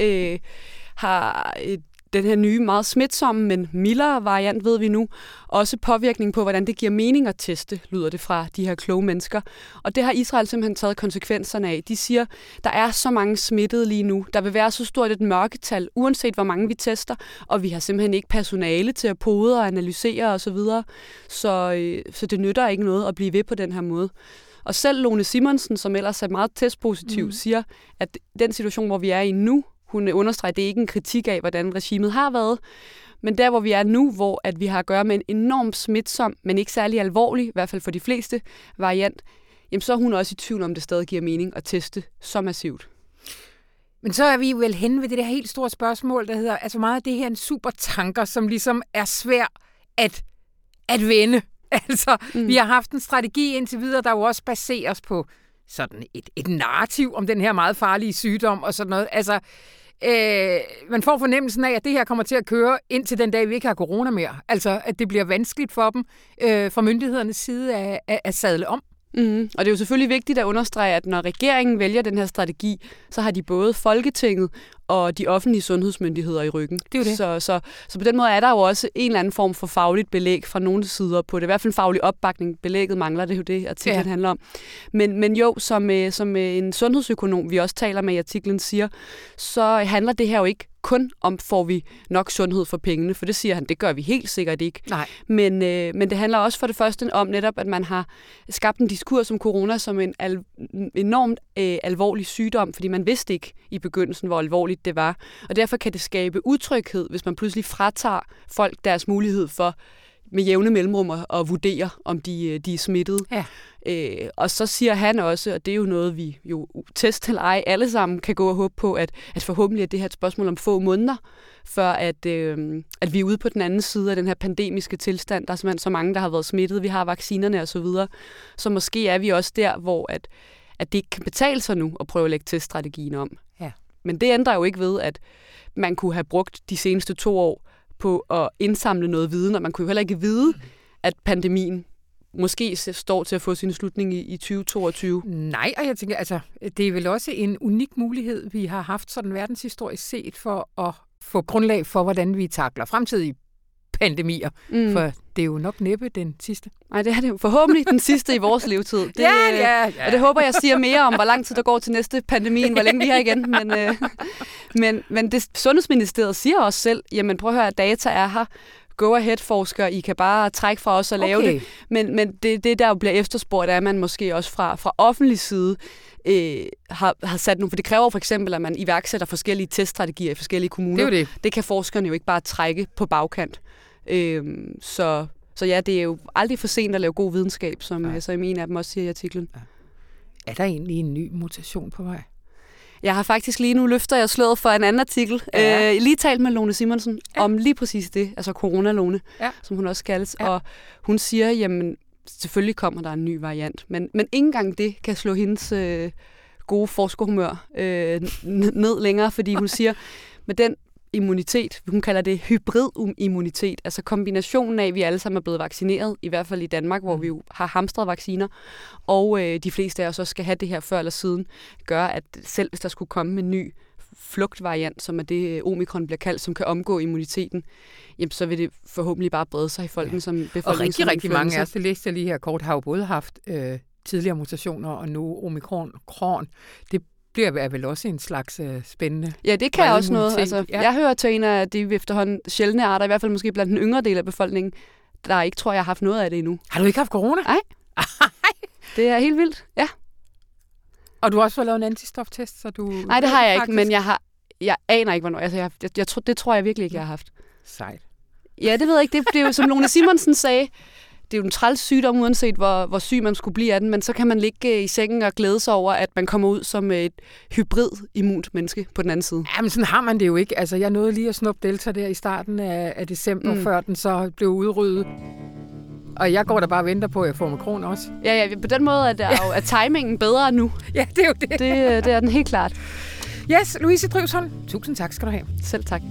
har den her nye, meget smitsomme, men mildere variant, ved vi nu, også påvirkning på, hvordan det giver mening at teste, lyder det fra de her kloge mennesker. Og det har Israel simpelthen taget konsekvenserne af. De siger, der er så mange smittede lige nu. Der vil være så stort et mørketal, uanset hvor mange vi tester, og vi har simpelthen ikke personale til at pode og analysere osv. Så det nytter ikke noget at blive ved på den her måde. Og selv Lone Simonsen, som ellers er meget testpositiv, siger, at den situation, hvor vi er i nu, hun understreger, at det ikke er en kritik af, hvordan regimet har været, men der, hvor vi er nu, hvor at vi har at gøre med en enormt smitsom, men ikke særlig alvorlig, i hvert fald for de fleste, variant, jamen så er hun også i tvivl om, det stadig giver mening at teste så massivt. Men så er vi vel henne ved det der helt store spørgsmål, der hedder, altså meget af det her en supertanker, som ligesom er svær at vende. Altså, vi har haft en strategi indtil videre, der jo også baseres på sådan et narrativ om den her meget farlige sygdom og sådan noget. Altså, man får fornemmelsen af, at det her kommer til at køre indtil den dag, vi ikke har corona mere. Altså, at det bliver vanskeligt for dem fra myndighedernes side at sadle om. Mm. Og det er jo selvfølgelig vigtigt at understrege, at når regeringen vælger den her strategi, så har de både Folketinget og de offentlige sundhedsmyndigheder i ryggen. Det er jo det. Så på den måde er der jo også en eller anden form for fagligt belæg fra nogle sider på det. I hvert fald faglig opbakning. Belægget mangler, det er jo det, artiklen handler om. Men jo, som en sundhedsøkonom, vi også taler med i artiklen, siger, så handler det her jo ikke kun om, får vi nok sundhed for pengene, for det siger han, det gør vi helt sikkert ikke. Nej. Men det handler også for det første om netop, at man har skabt en diskurs om corona som en enormt alvorlig sygdom, fordi man vidste ikke i begyndelsen, hvor alvorligt det var. Og derfor kan det skabe utryghed, hvis man pludselig fratager folk deres mulighed for med jævne mellemrum at vurdere, om de er smittede. Ja. Og så siger han også, og det er jo noget, vi jo test eller ej alle sammen kan gå og håbe på, at forhåbentlig er det her et spørgsmål om få måneder, før at vi er ude på den anden side af den her pandemiske tilstand. Der er simpelthen så mange, der har været smittet. Vi har vaccinerne osv. Så måske er vi også der, hvor at det ikke kan betale sig nu at prøve at lægge teststrategien om. Ja. Men det ændrer jo ikke ved, at man kunne have brugt de seneste 2 år på at indsamle noget viden, og man kunne jo heller ikke vide, at pandemien måske står til at få sin slutning i 2022. Nej, og jeg tænker, altså, det er vel også en unik mulighed, vi har haft sådan verdenshistorisk set, for at få grundlag for, hvordan vi takler fremtidige pandemier. For det er jo nok næppe den sidste. Nej, det er det jo forhåbentlig den sidste i vores levetid. Det, ja. Og det håber jeg siger mere om, hvor lang tid der går til næste pandemi, end hvor længe vi er igen. Men det Sundhedsministeriet siger også selv, jamen prøv at høre, data er her. Go ahead-forskere, I kan bare trække fra os og lave det. Men det der jo bliver efterspurgt, er, at man måske også fra offentlig side har sat nogle, for det kræver for eksempel, at man iværksætter forskellige teststrategier i forskellige kommuner. Det kan forskerne jo ikke bare trække på bagkant. Så ja, det er jo aldrig for sent at lave god videnskab, som en af dem også siger i artiklen. Ja. Er der egentlig en ny mutation på vej? Jeg har faktisk lige nu løfter jeg slået for en anden artikel. Lige talt med Lone Simonsen om lige præcis det, altså corona-Lone, som hun også kaldes. Ja. Og hun siger, jamen selvfølgelig kommer der en ny variant, men ikke engang det kan slå hendes gode forskerhumør ned længere, fordi hun siger, med den immunitet, hun kalder det hybridimmunitet, altså kombinationen af, at vi alle sammen er blevet vaccineret, i hvert fald i Danmark, hvor vi jo har hamstret vacciner, og de fleste af os også skal have det her før eller siden, gør, at selv hvis der skulle komme en ny flugtvariant, som er det omikron bliver kaldt, som kan omgå immuniteten, jamen, så vil det forhåbentlig bare brede sig i folken som befolkning. Og rigtig mange af os, det læste jeg lige her kort, har jo både haft tidligere mutationer og nu omikron. Det bliver vel også en slags spændende. Ja, det kan også noget. Altså, jeg hører til en af de efterhånden sjældne arter, i hvert fald måske blandt den yngre del af befolkningen, der ikke tror, jeg har haft noget af det endnu. Har du ikke haft corona? Nej. Det er helt vildt, ja. Og du har også fået lavet en antistoftest, så du... Nej, det har jeg ikke, men jeg aner ikke, hvornår. Altså, det tror jeg virkelig ikke, jeg har haft. Sejt. Ja, det ved jeg ikke. Det er jo, som Lone Simonsen sagde, det er jo en træls sygdom, uanset hvor syg man skulle blive af den, men så kan man ligge i sengen og glæde sig over, at man kommer ud som et hybrid-immunt menneske på den anden side. Jamen, sådan har man det jo ikke. Altså, jeg nåede lige at snuppe Delta der i starten af december, før den så blev udryddet. Og jeg går der bare og venter på, at jeg får omikron også. Ja, på den måde er timingen bedre nu. Ja, det er jo det. Det er den helt klart. Yes, Louise Drivsholm, tusind tak skal du have. Selv tak.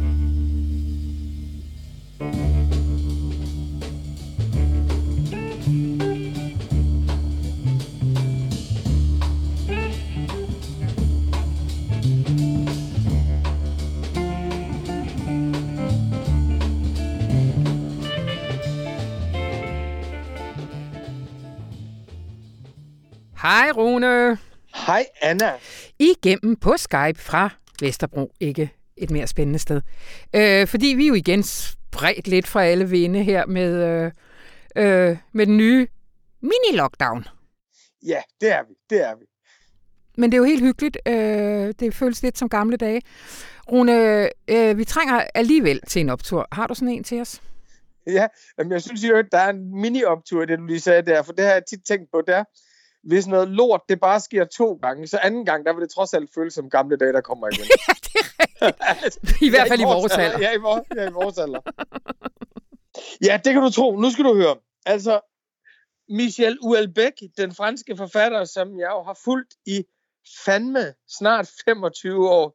Hej Rune. Hej Anna. Igennem på Skype fra Vesterbro, ikke et mere spændende sted. Fordi vi jo igen spredt lidt fra alle vinde her med den nye mini-lockdown. Ja, det er vi. Men det er jo helt hyggeligt. Det føles lidt som gamle dage. Rune, vi trænger alligevel til en optur. Har du sådan en til os? Ja, men jeg synes jo, at der er en mini-optur i det, du lige sagde der, for det har jeg tit tænkt på der. Hvis noget lort, det bare sker 2 gange, så anden gang, der vil det trods alt føles som gamle dage, der kommer igen. Ja, det er rigtigt. I hvert fald i vores alder. Ja, i vores alder. Ja, det kan du tro. Nu skal du høre. Altså, Michel Houellebecq, den franske forfatter, som jeg jo har fulgt i fandme snart 25 år,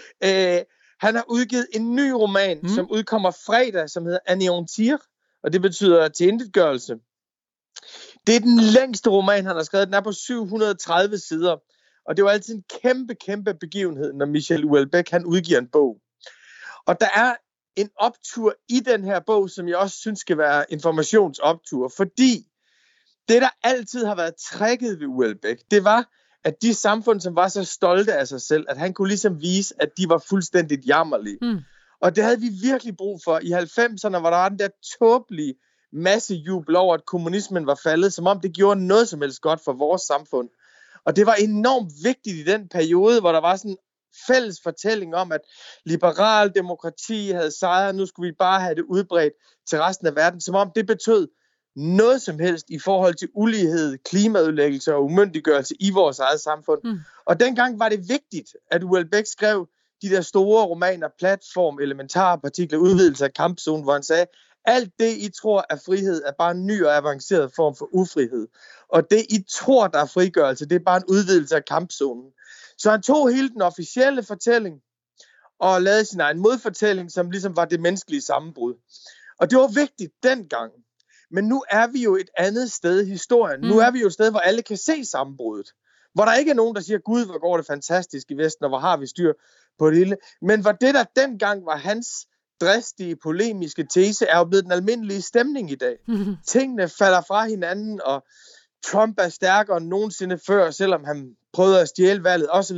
han har udgivet en ny roman, som udkommer fredag, som hedder Anéantir, og det betyder tilintetgørelse. Det er den længste roman, han har skrevet. Den er på 730 sider. Og det er jo altid en kæmpe begivenhed, når Michel Houellebecq han udgiver en bog. Og der er en optur i den her bog, som jeg også synes skal være informationsoptur. Fordi det, der altid har været tricket ved Houellebecq, det var, at de samfund, som var så stolte af sig selv, at han kunne ligesom vise, at de var fuldstændigt jammerlige. Og det havde vi virkelig brug for. I 90'erne, hvor der var den der tåbelige massejubel over, at kommunismen var faldet, som om det gjorde noget som helst godt for vores samfund. Og det var enormt vigtigt i den periode, hvor der var sådan en fælles fortælling om, at liberal demokrati havde sejret, nu skulle vi bare have det udbredt til resten af verden, som om det betød noget som helst i forhold til ulighed, klimaødelæggelse og umyndiggørelse i vores eget samfund. Og dengang var det vigtigt, at Houellebecq skrev de der store romaner, platform, elementarpartikler, udvidelse af kampzonen, hvor han sagde, alt det, I tror er frihed, er bare en ny og avanceret form for ufrihed. Og det, I tror, der er frigørelse, det er bare en udvidelse af kampzonen. Så han tog hele den officielle fortælling og lavede sin egen modfortælling, som ligesom var det menneskelige sammenbrud. Og det var vigtigt dengang. Men nu er vi jo et andet sted i historien. Nu er vi jo et sted, hvor alle kan se sammenbruddet. Hvor der ikke er nogen, der siger, Gud, hvor går det fantastisk i Vesten, og hvor har vi styr på det hele. Men hvor det, der dengang var hans dristige, polemiske tese, er jo blevet den almindelige stemning i dag. Tingene falder fra hinanden, og Trump er stærkere end nogensinde før, selvom han prøvede at stjæle valget, osv.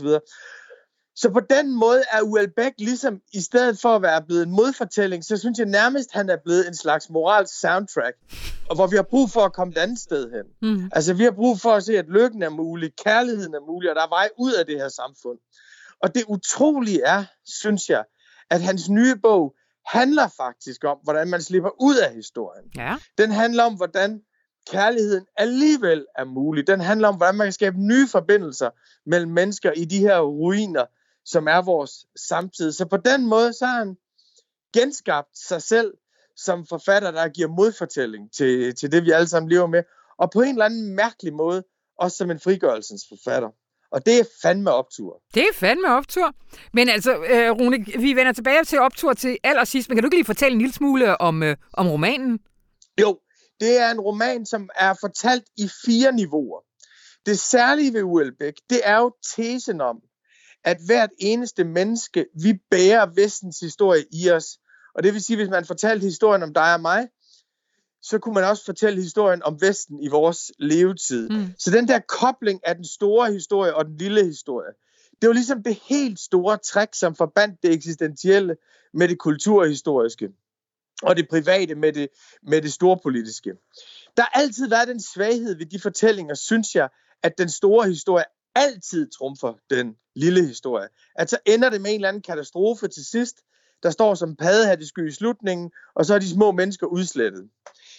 Så på den måde er Houellebecq ligesom, i stedet for at være blevet en modfortælling, så synes jeg nærmest, han er blevet en slags moralsk soundtrack, og hvor vi har brug for at komme et andet sted hen. Altså, vi har brug for at se, at lykken er mulig, kærligheden er mulig, og der er vej ud af det her samfund. Og det utrolige er, synes jeg, at hans nye bog handler faktisk om, hvordan man slipper ud af historien. Ja. Den handler om, hvordan kærligheden alligevel er mulig. Den handler om, hvordan man kan skabe nye forbindelser mellem mennesker i de her ruiner, som er vores samtid. Så på den måde, så har han genskabt sig selv som forfatter, der giver modfortælling til det, vi alle sammen lever med. Og på en eller anden mærkelig måde, også som en frigørelsens forfatter. Og det er fandme optur. Det er fandme optur. Men altså, Rune, vi vender tilbage til optur til allersidst. Men kan du ikke lige fortælle en lille smule om romanen? Jo, det er en roman, som er fortalt i 4 niveauer. Det særlige ved Houellebecq, det er jo tesen om, at hvert eneste menneske, vi bærer vestens historie i os. Og det vil sige, hvis man fortalte historien om dig og mig, så kunne man også fortælle historien om Vesten i vores levetid. Så den der kobling af den store historie og den lille historie, det var ligesom det helt store træk, som forbandt det eksistentielle med det kulturhistoriske, og det private med det storpolitiske. Der har altid været den svaghed ved de fortællinger, synes jeg, at den store historie altid trumfer den lille historie. At så ender det med en eller anden katastrofe til sidst, der står som paddehattesky i slutningen, og så er de små mennesker udslettet.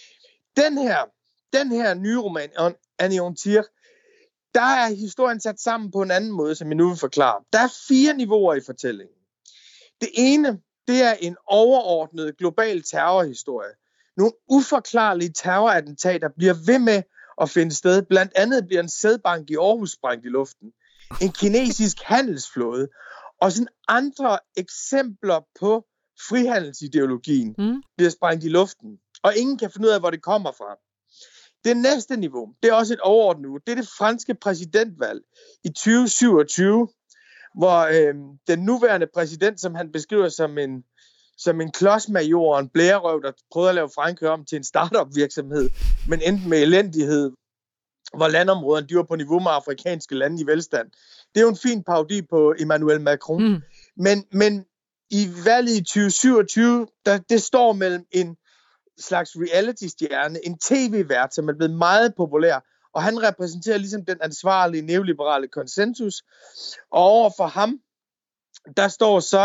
Den her nye roman, Anéantir, der er historien sat sammen på en anden måde, som jeg nu vil forklare. Der er 4 niveauer i fortællingen. Det ene, det er en overordnet global terrorhistorie. Nogle uforklarlige terrorattentater bliver ved med at finde sted. Blandt andet bliver en sædbank i Aarhus sprængt i luften. En kinesisk handelsflåde. Og sådan andre eksempler på frihandelsideologien bliver sprængt i luften. Og ingen kan finde ud af, hvor det kommer fra. Det næste niveau, det er også et overordnet niveau. Det er det franske præsidentvalg i 2027, hvor den nuværende præsident, som han beskriver som en klodsmajor og en blærerøv, der prøvede at lave Frankrig om til en startup-virksomhed, men endte med elendighed, hvor landområderne de var på niveau med afrikanske lande i velstand. Det er jo en fin parodi på Emmanuel Macron. Men i valget i 2027, det står mellem en slags reality-stjerne, en tv-vært, som er blevet meget populær, og han repræsenterer ligesom den ansvarlige neoliberale konsensus. Og over for ham, der står så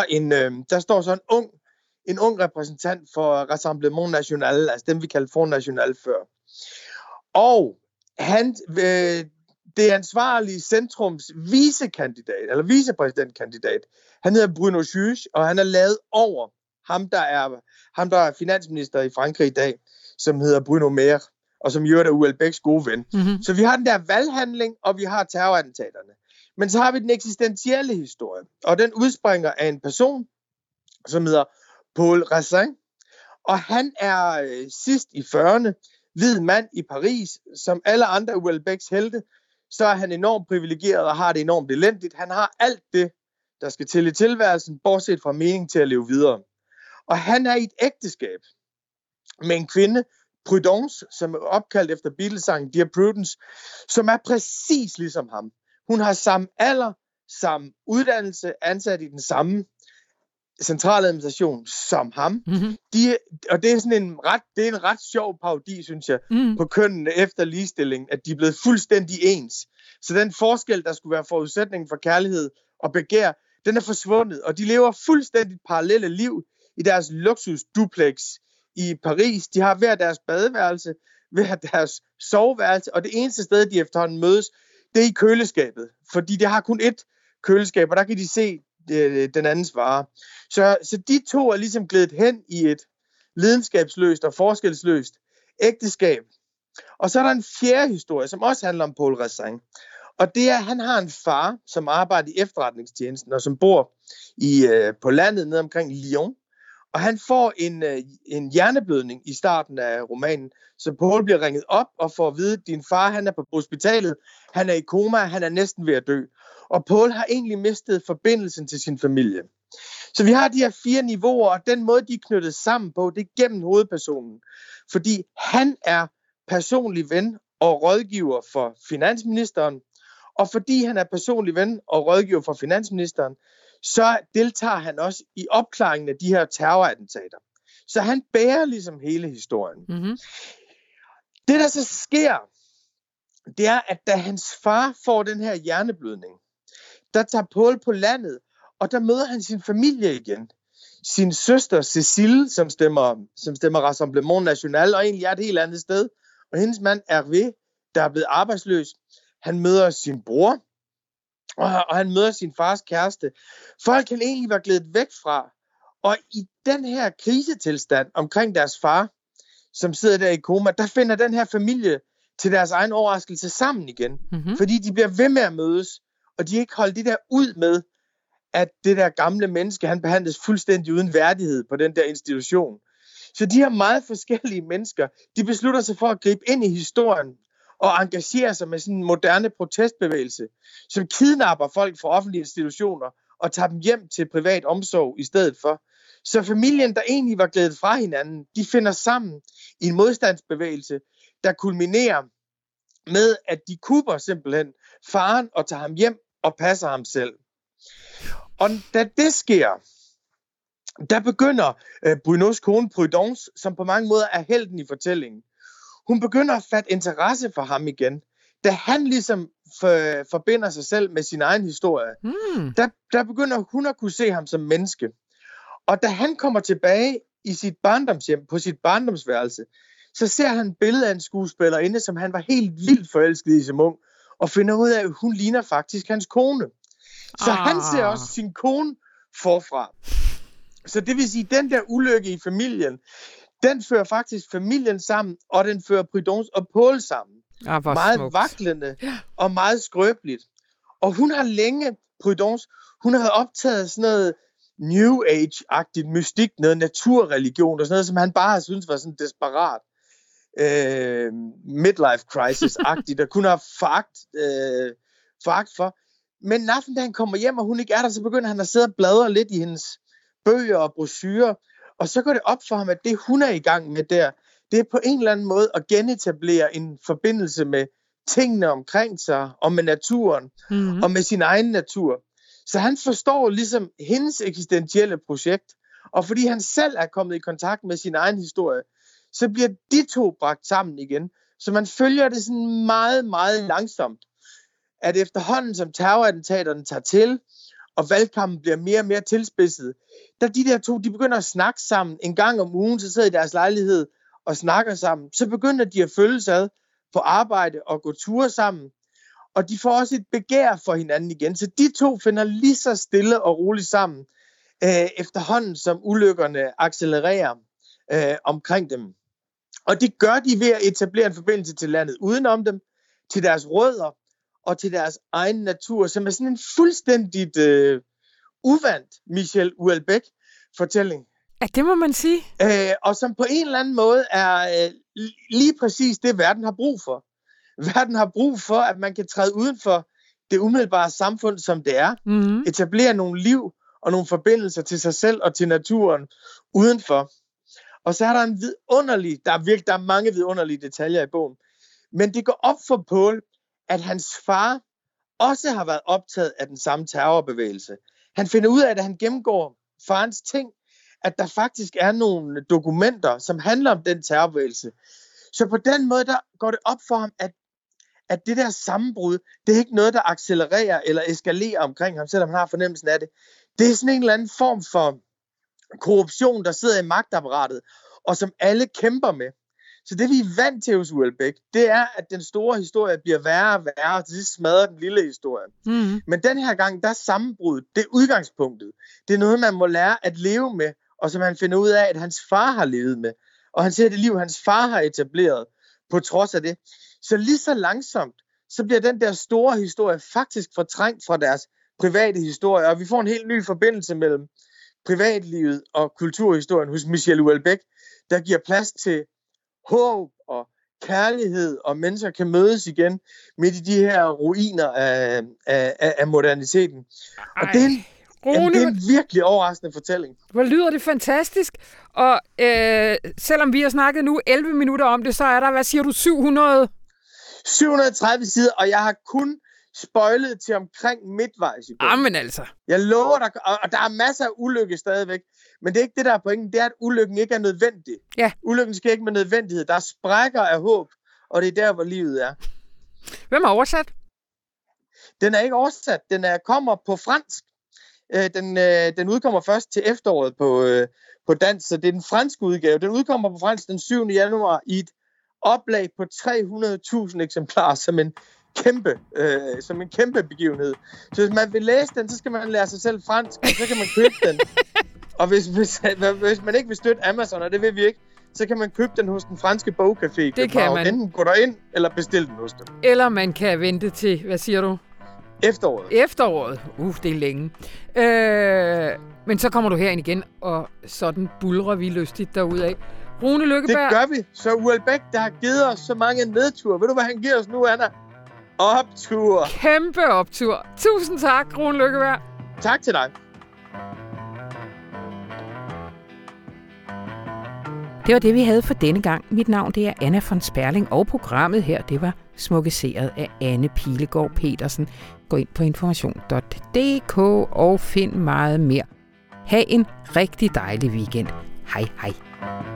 en ung repræsentant for Rassemblement National, altså dem vi kaldte Front National før. Og det ansvarlige centrums vicekandidat, eller vicepræsidentkandidat, han hedder Bruno Juge, og han er lavet over ham, der er finansminister i Frankrig i dag, som hedder Bruno Maire, og som jo er Houellebecqs gode ven. Så vi har den der valghandling, og vi har terrorattentaterne. Men så har vi den eksistentielle historie, og den udspringer af en person, som hedder Paul Racine, og han er sidst i 40'erne, hvid mand i Paris, som alle andre Houellebecqs helte, så er han enormt privilegeret og har det enormt elendigt. Han har alt det, der skal til i tilværelsen, bortset fra mening til at leve videre. Og han er i et ægteskab med en kvinde, Prudence, som er opkaldt efter Beatles-sangen Dear Prudence, som er præcis ligesom ham. Hun har samme alder, samme uddannelse, ansat i den samme centraladministration som ham. Og det er sådan en ret sjov parodi, synes jeg, på kønnene efter ligestilling, at de er blevet fuldstændig ens. Så den forskel, der skulle være forudsætningen for kærlighed og begær, den er forsvundet, og de lever fuldstændig parallelle liv i deres luksusduplex i Paris. De har hver deres badeværelse, hver deres soveværelse, og det eneste sted, de efterhånden mødes, det er i køleskabet, fordi det har kun ét køleskab, og der kan de se den andens vare. Så de to er ligesom glædet hen i et lidenskabsløst og forskelsløst ægteskab. Og så er der en fjerde historie, som også handler om Paul Racine. Og det er, at han har en far, som arbejder i efterretningstjenesten, og som bor på landet nede omkring Lyon. Og han får en hjerneblødning i starten af romanen, så Paul bliver ringet op og får at vide, at din far han er på hospitalet, han er i koma, han er næsten ved at dø. Og Paul har egentlig mistet forbindelsen til sin familie. Så vi har de her 4 niveauer, og den måde, de er knyttet sammen på, det er gennem hovedpersonen. Fordi han er personlig ven og rådgiver for finansministeren, og fordi han er personlig ven og rådgiver for finansministeren, så deltager han også i opklaringen af de her terrorattentater. Så han bærer ligesom hele historien. Det, der så sker, det er, at da hans far får den her hjerneblødning, der tager Paul på landet, og der møder han sin familie igen. Sin søster Cécile, som stemmer Rassemblement National, og egentlig er et helt andet sted. Og hendes mand Hervé, der er blevet arbejdsløs. Han møder sin bror, og han møder sin fars kæreste. Folk kan egentlig være glædet væk fra. Og i den her krisetilstand omkring deres far, som sidder der i koma, der finder den her familie til deres egen overraskelse sammen igen. Fordi de bliver ved med at mødes, og de ikke holder det der ud med, at det der gamle menneske, han behandles fuldstændig uden værdighed på den der institution. Så de her meget forskellige mennesker, de beslutter sig for at gribe ind i historien og engagerer sig med sådan en moderne protestbevægelse, som kidnapper folk fra offentlige institutioner og tager dem hjem til privat omsorg i stedet for. Så familien, der egentlig var glædet fra hinanden, de finder sammen i en modstandsbevægelse, der kulminerer med, at de kupper simpelthen faren og tager ham hjem og passer ham selv. Og da det sker, der begynder Brunos kone Prudence, som på mange måder er helten i fortællingen. Hun begynder at fatte interesse for ham igen. Da han ligesom forbinder sig selv med sin egen historie, der begynder hun at kunne se ham som menneske. Og da han kommer tilbage i sit barndomshjem, på sit barndomsværelse, så ser han et billede af en skuespillerinde, som han var helt vildt forelsket i som ung, og finder ud af, at hun ligner faktisk hans kone. Så han ser også sin kone forfra. Så det vil sige, at den der ulykke i familien, den fører faktisk familien sammen, og den fører Prudence og Paul sammen. Meget smukt. Vaklende og meget skrøbeligt. Og hun har længe, Prudence, hun har optaget sådan noget New Age-agtigt mystik, noget naturreligion og sådan noget, som han bare har syntes var sådan desperat. Midlife crisis-agtigt, der kun har foragt for. Men en aften, da han kommer hjem, og hun ikke er der, så begynder han at sidde og bladre lidt i hendes bøger og brochurer, og så går det op for ham, at det hun er i gang med der, det er på en eller anden måde at genetablere en forbindelse med tingene omkring sig, og med naturen, og med sin egen natur. Så han forstår ligesom hendes eksistentielle projekt, og fordi han selv er kommet i kontakt med sin egen historie, så bliver de to bragt sammen igen. Så man følger det sådan meget, meget langsomt, at efterhånden som terrorattentaterne tager til, og valgkampen bliver mere og mere tilspidset, da de der to, de begynder at snakke sammen en gang om ugen, så sidder i deres lejlighed og snakker sammen, så begynder de at følges ad på arbejde og gå ture sammen, og de får også et begær for hinanden igen, så de to finder lige så stille og roligt sammen, efterhånden som ulykkerne accelererer omkring dem. Og det gør de ved at etablere en forbindelse til landet udenom dem, til deres rødder, og til deres egen natur, som er sådan en fuldstændigt uvandt Michel Houellebecq-fortælling. Ja, det må man sige. Og som på en eller anden måde er lige præcis det, verden har brug for. Verden har brug for, at man kan træde uden for det umiddelbare samfund, som det er. Etablere nogle liv og nogle forbindelser til sig selv og til naturen udenfor. Og så er der en vidunderlig, der er mange vidunderlige detaljer i bogen, men det går op for Paul, at hans far også har været optaget af den samme terrorbevægelse. Han finder ud af, at han gennemgår farens ting, at der faktisk er nogle dokumenter, som handler om den terrorbevægelse. Så på den måde, der går det op for ham, at det der sammenbrud, det er ikke noget, der accelererer eller eskalerer omkring ham, selvom han har fornemmelsen af det. Det er sådan en eller anden form for korruption, der sidder i magtapparatet, og som alle kæmper med. Så det vi er vant til hos Houellebecq, det er, at den store historie bliver værre og værre, til sidst smadrer den lille historie. Men den her gang, der er sammenbruddet, det er udgangspunktet. Det er noget, man må lære at leve med, og som han finder ud af, at hans far har levet med. Og han ser det liv, hans far har etableret, på trods af det. Så lige så langsomt, så bliver den der store historie faktisk fortrængt fra deres private historie, og vi får en helt ny forbindelse mellem privatlivet og kulturhistorien hos Michel Houellebecq, der giver plads til håb og kærlighed, og mennesker kan mødes igen midt i de her ruiner af moderniteten. Og det er en virkelig overraskende fortælling. Hvor lyder det fantastisk. Og selvom vi har snakket nu 11 minutter om det, så er der, hvad siger du, 730 sider, og jeg har kun spoilet til omkring midtvejs i bogen. Jamen altså. Jeg lover dig, og der er masser af ulykke stadigvæk, men det er ikke det, der er pointen. Det er, at ulykken ikke er nødvendig. Ja. Ulykken skal ikke med nødvendighed. Der er sprækker af håb, og det er der, hvor livet er. Hvem har oversat? Den er ikke oversat. Den kommer på fransk. Den udkommer først til efteråret på dansk, så det er den franske udgave. Den udkommer på fransk den 7. januar i et oplag på 300.000 eksemplarer som en kæmpe begivenhed. Så hvis man vil læse den, så skal man lære sig selv fransk, og så kan man købe den. Og hvis man ikke vil støtte Amazon, og det vil vi ikke, så kan man købe den hos den franske bogcafé i København. Det kan man. Enten gå derind, eller bestille den hos dem. Eller man kan vente til, hvad siger du? Efteråret. Det er længe. Men så kommer du herind igen, og sådan bulrer vi lystigt derudad. Rune Lykkeberg. Det gør vi. Så Uelbæk, der har givet os så mange nedture. Ved du, hvad han giver os nu, Anna? Optur. Kæmpe optur. Tusind tak, Rune Lykkeberg. Tak til dig. Det var det, vi havde for denne gang. Mit navn det er Anna von Sperling, og programmet her det var smukkeseret af Anne Pilegaard Petersen. Gå ind på information.dk og find meget mere. Ha' en rigtig dejlig weekend. Hej hej.